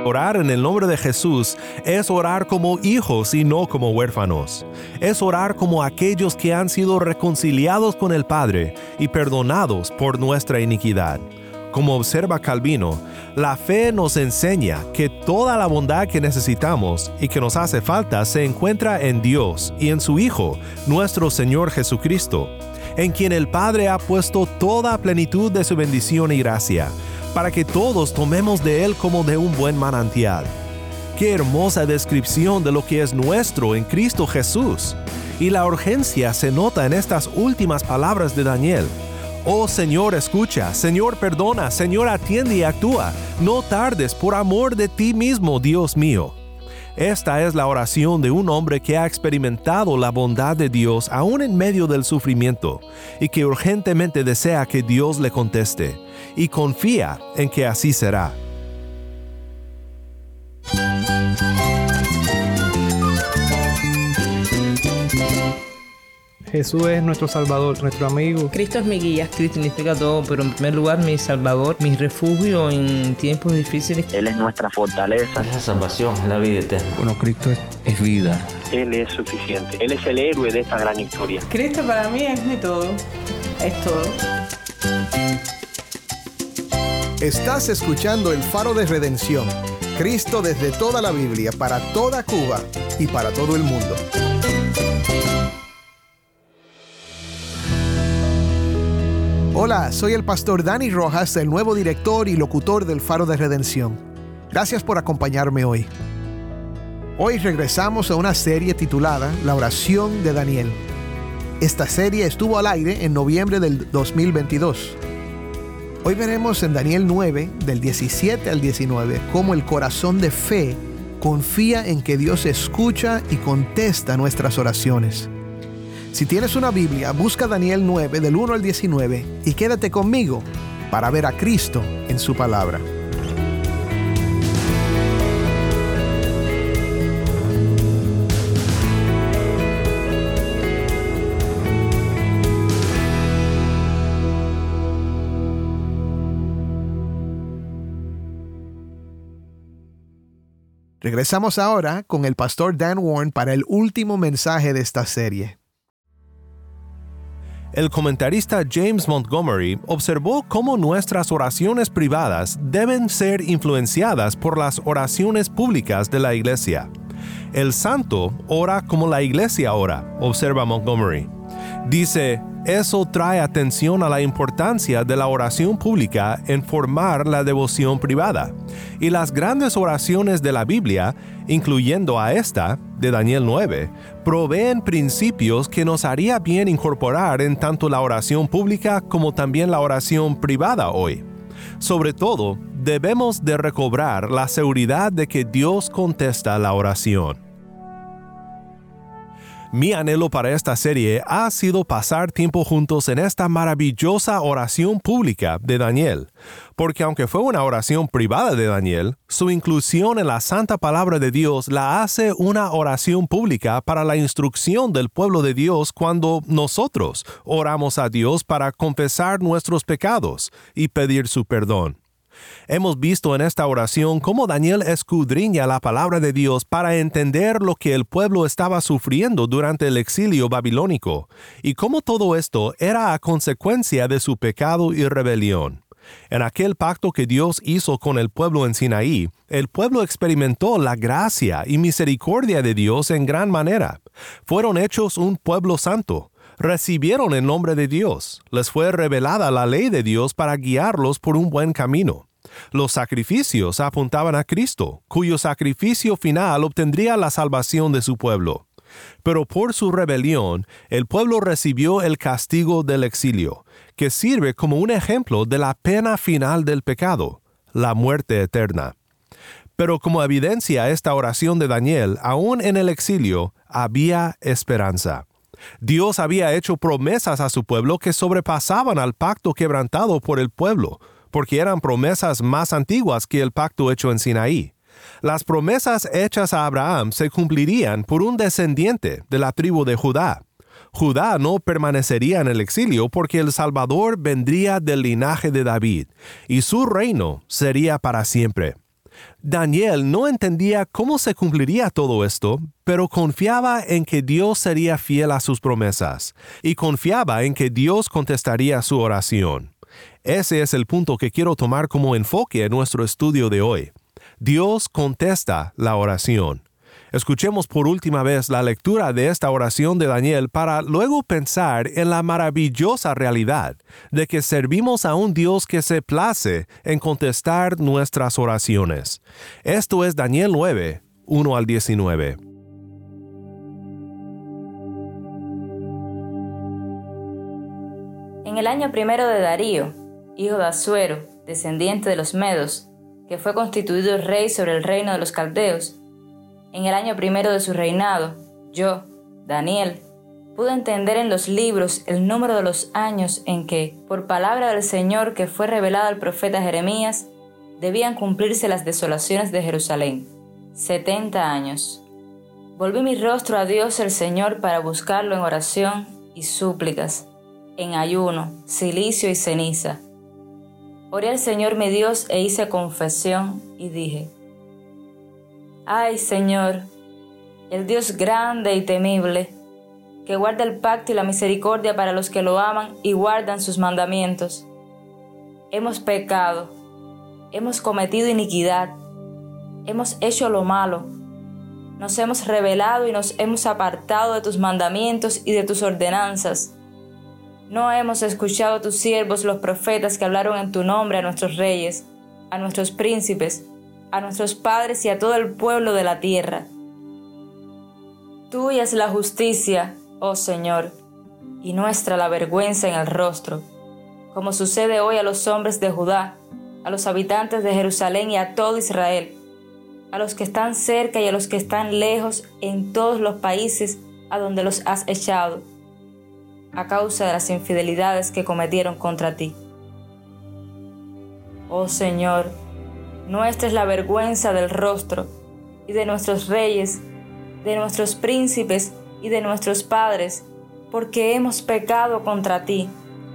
Orar en el nombre de Jesús es orar como hijos y no como huérfanos. Es orar como aquellos que han sido reconciliados con el Padre y perdonados por nuestra iniquidad. Como observa Calvino, la fe nos enseña que toda la bondad que necesitamos y que nos hace falta se encuentra en Dios y en su Hijo, nuestro Señor Jesucristo, en quien el Padre ha puesto toda plenitud de su bendición y gracia, para que todos tomemos de Él como de un buen manantial. ¡Qué hermosa descripción de lo que es nuestro en Cristo Jesús! Y la urgencia se nota en estas últimas palabras de Daniel. Oh Señor, escucha, Señor, perdona, Señor, atiende y actúa. No tardes por amor de ti mismo, Dios mío. Esta es la oración de un hombre que ha experimentado la bondad de Dios aún en medio del sufrimiento y que urgentemente desea que Dios le conteste y confía en que así será. Jesús es nuestro Salvador, nuestro amigo. Cristo es mi guía. Cristo significa todo, pero en primer lugar mi Salvador, mi refugio en tiempos difíciles. Él es nuestra fortaleza. Es la salvación, es la vida eterna. Bueno, Cristo es vida. Él es suficiente. Él es el héroe de esta gran historia. Cristo para mí es mi todo. Es todo. Estás escuchando El Faro de Redención. Cristo desde toda la Biblia, para toda Cuba y para todo el mundo. Hola, soy el pastor Dani Rojas, el nuevo director y locutor del Faro de Redención. Gracias por acompañarme hoy. Hoy regresamos a una serie titulada La oración de Daniel. Esta serie estuvo al aire en noviembre del 2022. Hoy veremos en Daniel 9, del 17 al 19, cómo el corazón de fe confía en que Dios escucha y contesta nuestras oraciones. Si tienes una Biblia, busca Daniel 9, del 1 al 19, y quédate conmigo para ver a Cristo en su palabra. Regresamos ahora con el pastor Dan Warren para el último mensaje de esta serie. El comentarista James Montgomery observó cómo nuestras oraciones privadas deben ser influenciadas por las oraciones públicas de la iglesia. El santo ora como la iglesia ora, observa Montgomery. Dice, eso trae atención a la importancia de la oración pública en formar la devoción privada. Y las grandes oraciones de la Biblia, incluyendo a esta, de Daniel 9, proveen principios que nos haría bien incorporar en tanto la oración pública como también la oración privada hoy. Sobre todo, debemos de recobrar la seguridad de que Dios contesta la oración. Mi anhelo para esta serie ha sido pasar tiempo juntos en esta maravillosa oración pública de Daniel, porque aunque fue una oración privada de Daniel, su inclusión en la santa palabra de Dios la hace una oración pública para la instrucción del pueblo de Dios cuando nosotros oramos a Dios para confesar nuestros pecados y pedir su perdón. Hemos visto en esta oración cómo Daniel escudriña la palabra de Dios para entender lo que el pueblo estaba sufriendo durante el exilio babilónico y cómo todo esto era a consecuencia de su pecado y rebelión. En aquel pacto que Dios hizo con el pueblo en Sinaí, el pueblo experimentó la gracia y misericordia de Dios en gran manera. Fueron hechos un pueblo santo. Recibieron el nombre de Dios. Les fue revelada la ley de Dios para guiarlos por un buen camino. Los sacrificios apuntaban a Cristo, cuyo sacrificio final obtendría la salvación de su pueblo. Pero por su rebelión, el pueblo recibió el castigo del exilio, que sirve como un ejemplo de la pena final del pecado, la muerte eterna. Pero como evidencia esta oración de Daniel, aún en el exilio, había esperanza. Dios había hecho promesas a su pueblo que sobrepasaban al pacto quebrantado por el pueblo, porque eran promesas más antiguas que el pacto hecho en Sinaí. Las promesas hechas a Abraham se cumplirían por un descendiente de la tribu de Judá. Judá no permanecería en el exilio porque el Salvador vendría del linaje de David, y su reino sería para siempre. Daniel no entendía cómo se cumpliría todo esto, pero confiaba en que Dios sería fiel a sus promesas y confiaba en que Dios contestaría su oración. Ese es el punto que quiero tomar como enfoque en nuestro estudio de hoy. Dios contesta la oración. Escuchemos por última vez la lectura de esta oración de Daniel para luego pensar en la maravillosa realidad de que servimos a un Dios que se place en contestar nuestras oraciones. Esto es Daniel 9, 1 al 19. En el año primero de Darío, hijo de Asuero, descendiente de los Medos, que fue constituido rey sobre el reino de los Caldeos, en el año primero de su reinado, yo, Daniel, pude entender en los libros el número de los años en que, por palabra del Señor que fue revelada al profeta Jeremías, debían cumplirse las desolaciones de Jerusalén, 70 años. Volví mi rostro a Dios el Señor para buscarlo en oración y súplicas, en ayuno, cilicio y ceniza. Oré al Señor mi Dios e hice confesión y dije: Ay, Señor, el Dios grande y temible, que guarda el pacto y la misericordia para los que lo aman y guardan sus mandamientos. Hemos pecado, hemos cometido iniquidad, hemos hecho lo malo, nos hemos rebelado y nos hemos apartado de tus mandamientos y de tus ordenanzas. No hemos escuchado a tus siervos los profetas que hablaron en tu nombre a nuestros reyes, a nuestros príncipes, a nuestros padres y a todo el pueblo de la tierra. Tuya es la justicia, oh Señor, y nuestra la vergüenza en el rostro, como sucede hoy a los hombres de Judá, a los habitantes de Jerusalén y a todo Israel, a los que están cerca y a los que están lejos en todos los países a donde los has echado, a causa de las infidelidades que cometieron contra ti. Oh Señor, nuestra es la vergüenza del rostro, y de nuestros reyes, de nuestros príncipes y de nuestros padres, porque hemos pecado contra ti.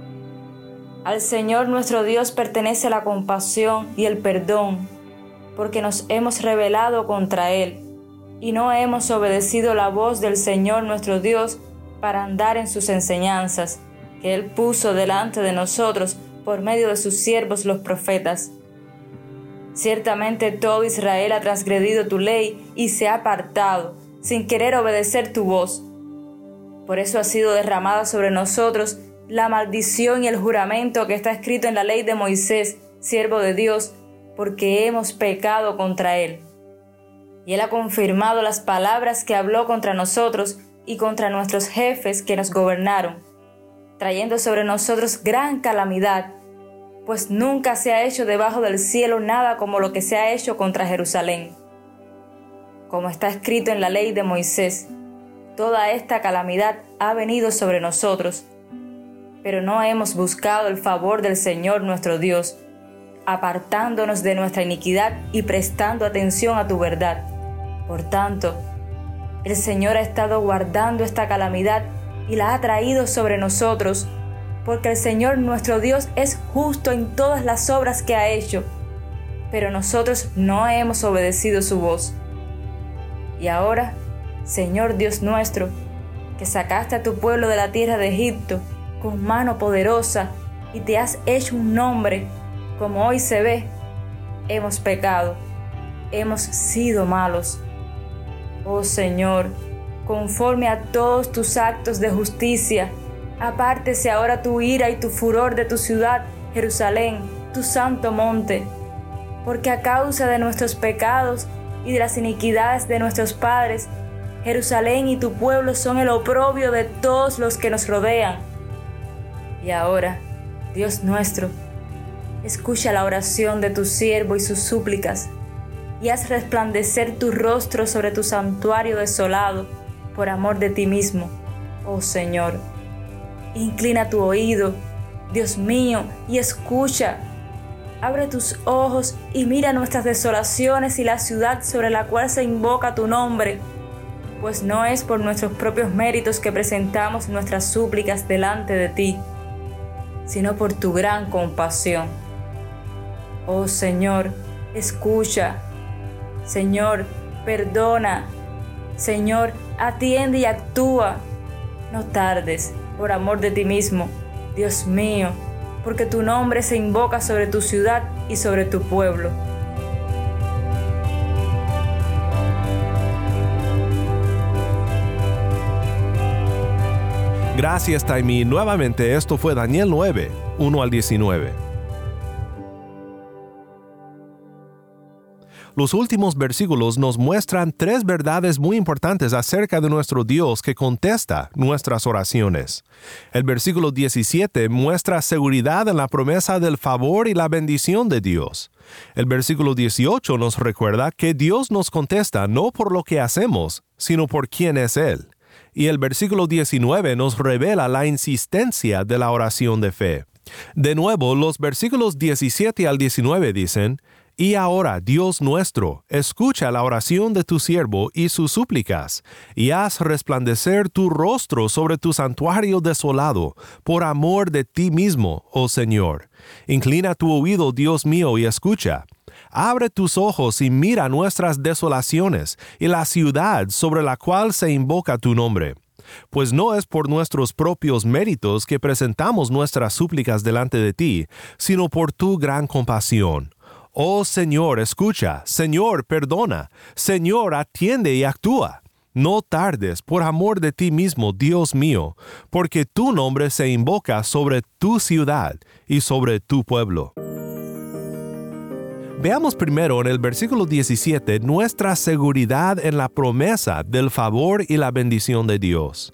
Al Señor nuestro Dios pertenece la compasión y el perdón, porque nos hemos rebelado contra Él, y no hemos obedecido la voz del Señor nuestro Dios para andar en sus enseñanzas, que Él puso delante de nosotros por medio de sus siervos los profetas. Ciertamente todo Israel ha transgredido tu ley y se ha apartado, sin querer obedecer tu voz. Por eso ha sido derramada sobre nosotros la maldición y el juramento que está escrito en la ley de Moisés, siervo de Dios, porque hemos pecado contra él. Y él ha confirmado las palabras que habló contra nosotros y contra nuestros jefes que nos gobernaron, trayendo sobre nosotros gran calamidad, pues nunca se ha hecho debajo del cielo nada como lo que se ha hecho contra Jerusalén. Como está escrito en la ley de Moisés, toda esta calamidad ha venido sobre nosotros, pero no hemos buscado el favor del Señor nuestro Dios, apartándonos de nuestra iniquidad y prestando atención a tu verdad. Por tanto, el Señor ha estado guardando esta calamidad y la ha traído sobre nosotros, porque el Señor nuestro Dios es justo en todas las obras que ha hecho, pero nosotros no hemos obedecido su voz. Y ahora, Señor Dios nuestro, que sacaste a tu pueblo de la tierra de Egipto con mano poderosa y te has hecho un nombre, como hoy se ve, hemos pecado, hemos sido malos. Oh Señor, conforme a todos tus actos de justicia, apártese ahora tu ira y tu furor de tu ciudad, Jerusalén, tu santo monte, porque a causa de nuestros pecados y de las iniquidades de nuestros padres, Jerusalén y tu pueblo son el oprobio de todos los que nos rodean. Y ahora, Dios nuestro, escucha la oración de tu siervo y sus súplicas, y haz resplandecer tu rostro sobre tu santuario desolado, por amor de ti mismo, oh Señor. Inclina tu oído, Dios mío, y escucha. Abre tus ojos y mira nuestras desolaciones y la ciudad sobre la cual se invoca tu nombre, pues no es por nuestros propios méritos que presentamos nuestras súplicas delante de ti, sino por tu gran compasión. Oh Señor, escucha. Señor, perdona. Señor, atiende y actúa. No tardes, por amor de ti mismo, Dios mío, porque tu nombre se invoca sobre tu ciudad y sobre tu pueblo. Gracias, Taimí. Nuevamente, esto fue Daniel 9, 1 al 19. Los últimos versículos nos muestran 3 verdades muy importantes acerca de nuestro Dios que contesta nuestras oraciones. El versículo 17 muestra seguridad en la promesa del favor y la bendición de Dios. El versículo 18 nos recuerda que Dios nos contesta no por lo que hacemos, sino por quién es Él. Y el versículo 19 nos revela la insistencia de la oración de fe. De nuevo, los versículos 17 al 19 dicen: Y ahora, Dios nuestro, escucha la oración de tu siervo y sus súplicas, y haz resplandecer tu rostro sobre tu santuario desolado, por amor de ti mismo, oh Señor. Inclina tu oído, Dios mío, y escucha. Abre tus ojos y mira nuestras desolaciones y la ciudad sobre la cual se invoca tu nombre. Pues no es por nuestros propios méritos que presentamos nuestras súplicas delante de ti, sino por tu gran compasión. Oh Señor, escucha. Señor, perdona. Señor, atiende y actúa. No tardes, por amor de ti mismo, Dios mío, porque tu nombre se invoca sobre tu ciudad y sobre tu pueblo. Veamos primero en el versículo 17 nuestra seguridad en la promesa del favor y la bendición de Dios.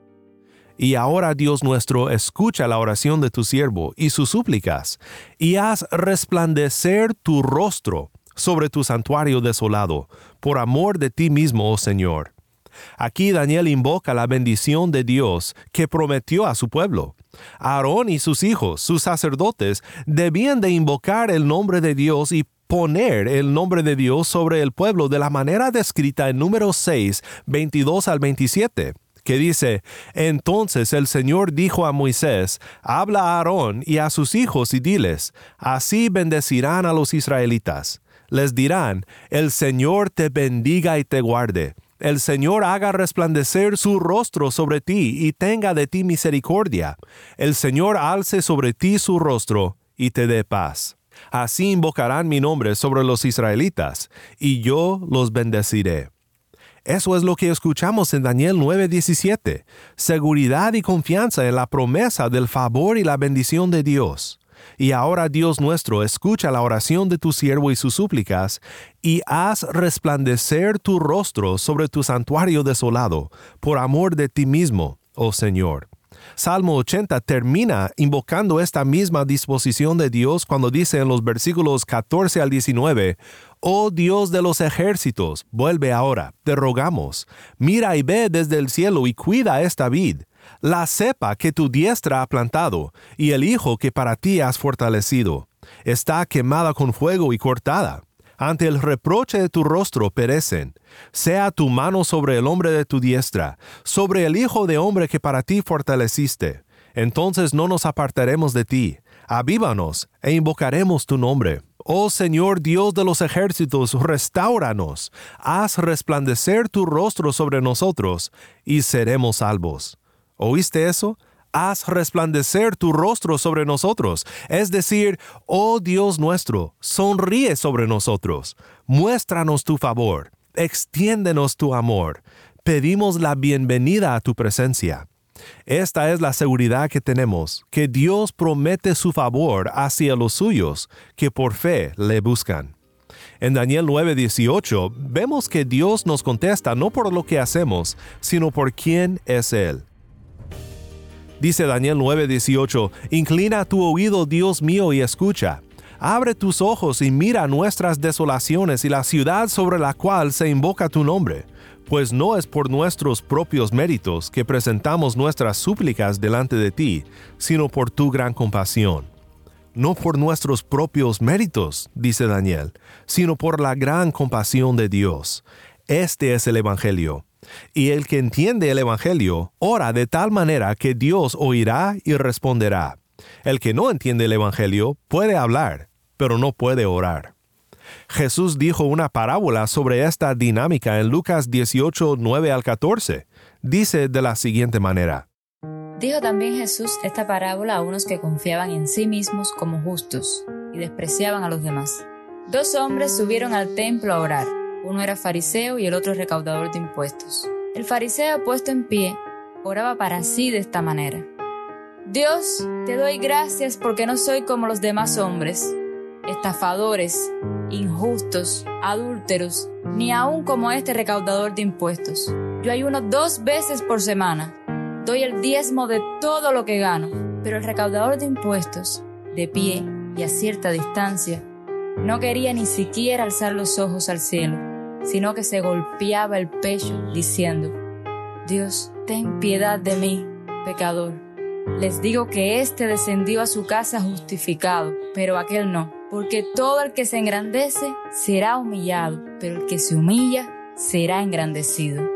Y ahora, Dios nuestro, escucha la oración de tu siervo y sus súplicas, y haz resplandecer tu rostro sobre tu santuario desolado, por amor de ti mismo, oh Señor. Aquí Daniel invoca la bendición de Dios que prometió a su pueblo. Aarón y sus hijos, sus sacerdotes, debían de invocar el nombre de Dios y poner el nombre de Dios sobre el pueblo de la manera descrita en Números 6, 22 al 27. Que dice: Entonces el Señor dijo a Moisés: Habla a Aarón y a sus hijos y diles: Así bendecirán a los israelitas. Les dirán: El Señor te bendiga y te guarde. El Señor haga resplandecer su rostro sobre ti y tenga de ti misericordia. El Señor alce sobre ti su rostro y te dé paz. Así invocarán mi nombre sobre los israelitas, y yo los bendeciré. Eso es lo que escuchamos en Daniel 9:17, seguridad y confianza en la promesa del favor y la bendición de Dios. Y ahora, Dios nuestro, escucha la oración de tu siervo y sus súplicas, y haz resplandecer tu rostro sobre tu santuario desolado, por amor de ti mismo, oh Señor. Salmo 80 termina invocando esta misma disposición de Dios cuando dice en los versículos 14 al 19, Oh Dios de los ejércitos, vuelve ahora, te rogamos. Mira y ve desde el cielo y cuida esta vid, la cepa que tu diestra ha plantado, y el hijo que para ti has fortalecido. Está quemada con fuego y cortada. Ante el reproche de tu rostro perecen. Sea tu mano sobre el hombre de tu diestra, sobre el hijo de hombre que para ti fortaleciste. Entonces no nos apartaremos de ti. Avívanos e invocaremos tu nombre. Oh Señor Dios de los ejércitos, restáuranos. Haz resplandecer tu rostro sobre nosotros, y seremos salvos. ¿Oíste eso? Haz resplandecer tu rostro sobre nosotros. Es decir, oh Dios nuestro, sonríe sobre nosotros. Muéstranos tu favor. Extiéndenos tu amor. Pedimos la bienvenida a tu presencia. Esta es la seguridad que tenemos, que Dios promete su favor hacia los suyos, que por fe le buscan. En Daniel 9:18 vemos que Dios nos contesta no por lo que hacemos, sino por quién es Él. Dice Daniel 9:18, Inclina tu oído, Dios mío, y escucha. Abre tus ojos y mira nuestras desolaciones y la ciudad sobre la cual se invoca tu nombre. Pues no es por nuestros propios méritos que presentamos nuestras súplicas delante de ti, sino por tu gran compasión. No por nuestros propios méritos, dice Daniel, sino por la gran compasión de Dios. Este es el Evangelio. Y el que entiende el Evangelio, ora de tal manera que Dios oirá y responderá. El que no entiende el Evangelio puede hablar, pero no puede orar. Jesús dijo una parábola sobre esta dinámica en Lucas 18, 9 al 14. Dice de la siguiente manera: Dijo también Jesús esta parábola a unos que confiaban en sí mismos como justos y despreciaban a los demás. 2 hombres subieron al templo a orar. Uno era fariseo y el otro recaudador de impuestos. El fariseo, puesto en pie, oraba para sí de esta manera: Dios, te doy gracias porque no soy como los demás hombres, estafadores, injustos, adúlteros, ni aun como este recaudador de impuestos. Yo ayuno 2 veces por semana, doy el diezmo de todo lo que gano. Pero el recaudador de impuestos, de pie y a cierta distancia, no quería ni siquiera alzar los ojos al cielo, sino que se golpeaba el pecho diciendo: Dios, ten piedad de mí, pecador. Les digo que éste descendió a su casa justificado, pero aquel no, porque todo el que se engrandece será humillado, pero el que se humilla será engrandecido.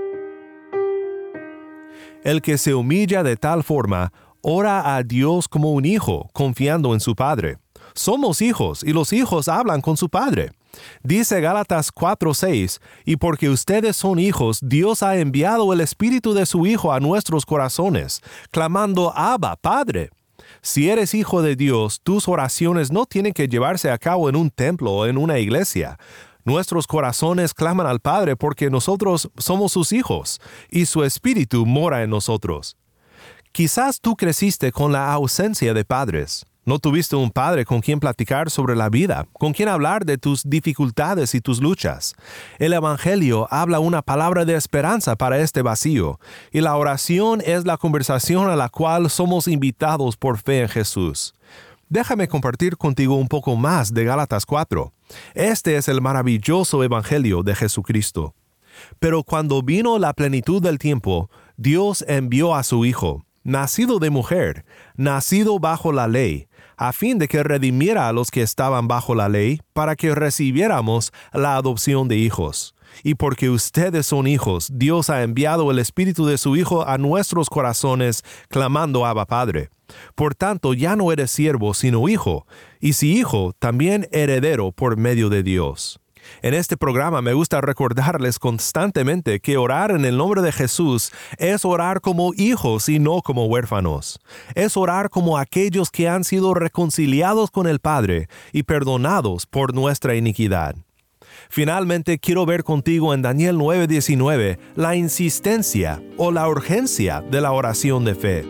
El que se humilla de tal forma, ora a Dios como un hijo, confiando en su Padre. Somos hijos, y los hijos hablan con su Padre. Dice Gálatas 4:6, y porque ustedes son hijos, Dios ha enviado el Espíritu de su Hijo a nuestros corazones, clamando: Abba, Padre. Si eres hijo de Dios, tus oraciones no tienen que llevarse a cabo en un templo o en una iglesia. Nuestros corazones claman al Padre porque nosotros somos sus hijos, y su Espíritu mora en nosotros. Quizás tú creciste con la ausencia de padres. No tuviste un padre con quien platicar sobre la vida, con quien hablar de tus dificultades y tus luchas. El Evangelio habla una palabra de esperanza para este vacío, y la oración es la conversación a la cual somos invitados por fe en Jesús. Déjame compartir contigo un poco más de Gálatas 4. Este es el maravilloso Evangelio de Jesucristo. Pero cuando vino la plenitud del tiempo, Dios envió a su Hijo, nacido de mujer, nacido bajo la ley, a fin de que redimiera a los que estaban bajo la ley, para que recibiéramos la adopción de hijos. Y porque ustedes son hijos, Dios ha enviado el Espíritu de su Hijo a nuestros corazones, clamando: Abba, Padre. Por tanto, ya no eres siervo, sino hijo, y si hijo, también heredero por medio de Dios. En este programa me gusta recordarles constantemente que orar en el nombre de Jesús es orar como hijos y no como huérfanos. Es orar como aquellos que han sido reconciliados con el Padre y perdonados por nuestra iniquidad. Finalmente, quiero ver contigo en Daniel 9:19 la insistencia o la urgencia de la oración de fe.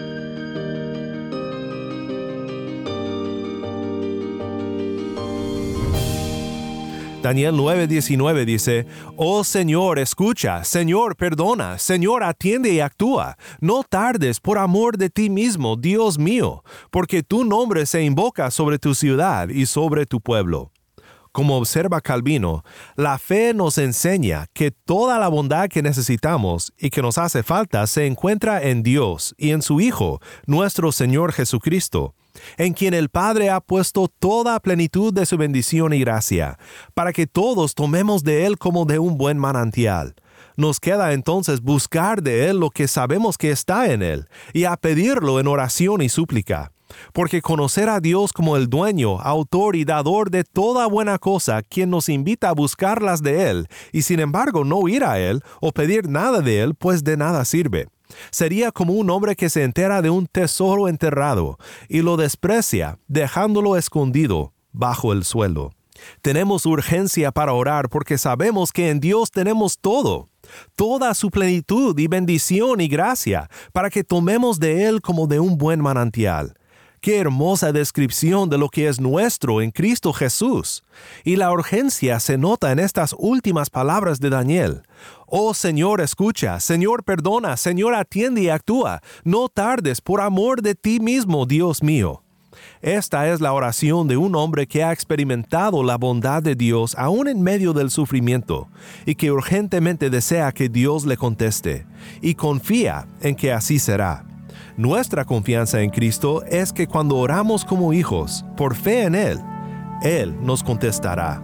Daniel 9:19 dice: Oh Señor, escucha, Señor, perdona, Señor, atiende y actúa. No tardes por amor de ti mismo, Dios mío, porque tu nombre se invoca sobre tu ciudad y sobre tu pueblo. Como observa Calvino, la fe nos enseña que toda la bondad que necesitamos y que nos hace falta se encuentra en Dios y en su Hijo, nuestro Señor Jesucristo, en quien el Padre ha puesto toda plenitud de su bendición y gracia, para que todos tomemos de Él como de un buen manantial. Nos queda entonces buscar de Él lo que sabemos que está en Él, y a pedirlo en oración y súplica. Porque conocer a Dios como el dueño, autor y dador de toda buena cosa, quien nos invita a buscarlas de Él, y sin embargo no ir a Él o pedir nada de Él, pues de nada sirve. Sería como un hombre que se entera de un tesoro enterrado y lo desprecia, dejándolo escondido bajo el suelo. Tenemos urgencia para orar porque sabemos que en Dios tenemos todo, toda su plenitud y bendición y gracia, para que tomemos de Él como de un buen manantial. ¡Qué hermosa descripción de lo que es nuestro en Cristo Jesús! Y la urgencia se nota en estas últimas palabras de Daniel. Oh Señor, escucha, Señor, perdona, Señor, atiende y actúa. No tardes por amor de ti mismo, Dios mío. Esta es la oración de un hombre que ha experimentado la bondad de Dios aún en medio del sufrimiento y que urgentemente desea que Dios le conteste y confía en que así será. Nuestra confianza en Cristo es que cuando oramos como hijos, por fe en Él nos contestará.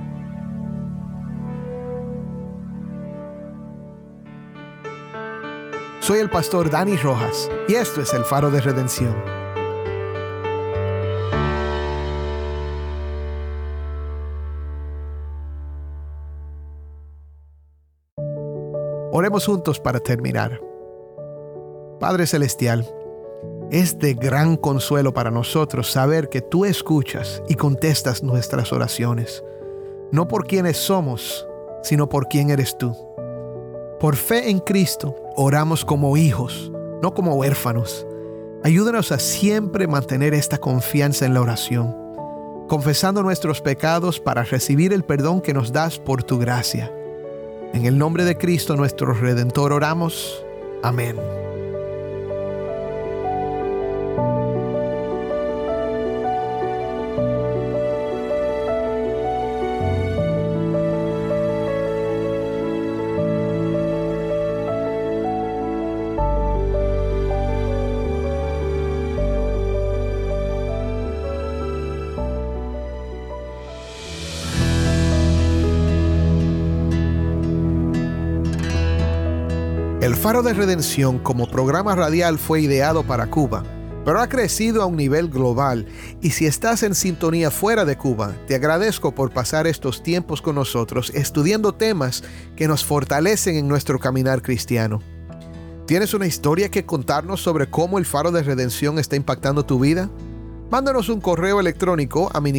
Soy el pastor Dani Rojas y esto es el Faro de Redención. Oremos juntos para terminar. Padre Celestial, es de gran consuelo para nosotros saber que tú escuchas y contestas nuestras oraciones, no por quienes somos, sino por quién eres tú. Por fe en Cristo, oramos como hijos, no como huérfanos. Ayúdanos a siempre mantener esta confianza en la oración, confesando nuestros pecados para recibir el perdón que nos das por tu gracia. En el nombre de Cristo nuestro Redentor oramos. Amén. El Faro de Redención como programa radial fue ideado para Cuba, pero ha crecido a un nivel global, y si estás en sintonía fuera de Cuba, te agradezco por pasar estos tiempos con nosotros estudiando temas que nos fortalecen en nuestro caminar cristiano. ¿Tienes una historia que contarnos sobre cómo el Faro de Redención está impactando tu vida? Mándanos un correo electrónico a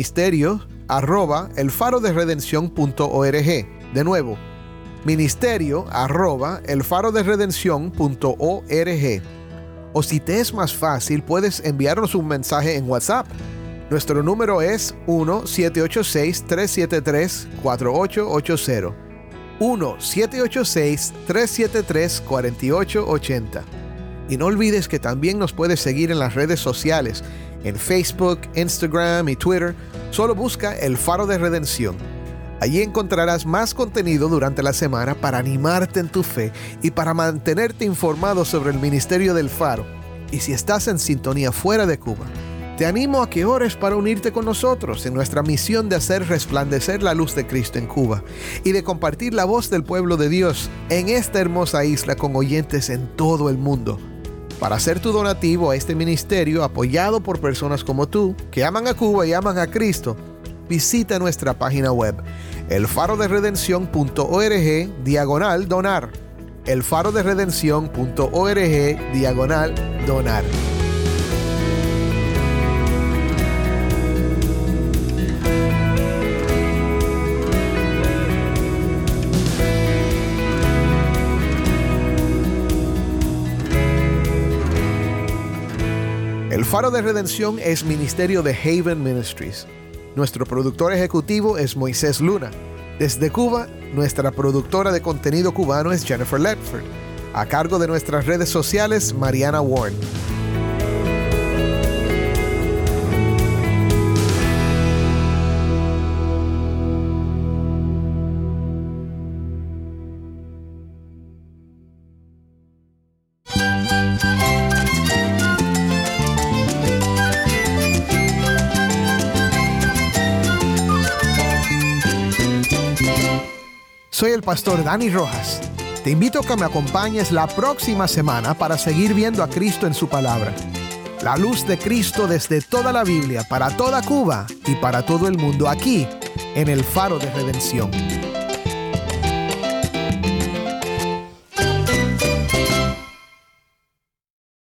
ministerio@elfaroderedencion.org. De nuevo, ministerio@elfaroderedencion.org. O si te es más fácil, puedes enviarnos un mensaje en WhatsApp. Nuestro número es 1-786-373-4880. 1-786-373-4880. Y no olvides que también nos puedes seguir en las redes sociales, en Facebook, Instagram y Twitter. Solo busca El Faro de Redención. Allí encontrarás más contenido durante la semana para animarte en tu fe y para mantenerte informado sobre el ministerio del Faro. Y si estás en sintonía fuera de Cuba, te animo a que ores para unirte con nosotros en nuestra misión de hacer resplandecer la luz de Cristo en Cuba y de compartir la voz del pueblo de Dios en esta hermosa isla con oyentes en todo el mundo. Para hacer tu donativo a este ministerio apoyado por personas como tú que aman a Cuba y aman a Cristo, visita nuestra página web elfaroderedencion.org/donar. elfaroderedencion.org/donar. El Faro de Redención es ministerio de Haven Ministries. Nuestro productor ejecutivo es Moisés Luna. Desde Cuba, nuestra productora de contenido cubano es Jennifer Ledford. A cargo de nuestras redes sociales, Mariana Warren. Soy el pastor Dani Rojas. Te invito a que me acompañes la próxima semana para seguir viendo a Cristo en su palabra. La luz de Cristo desde toda la Biblia, para toda Cuba y para todo el mundo, aquí en el Faro de Redención.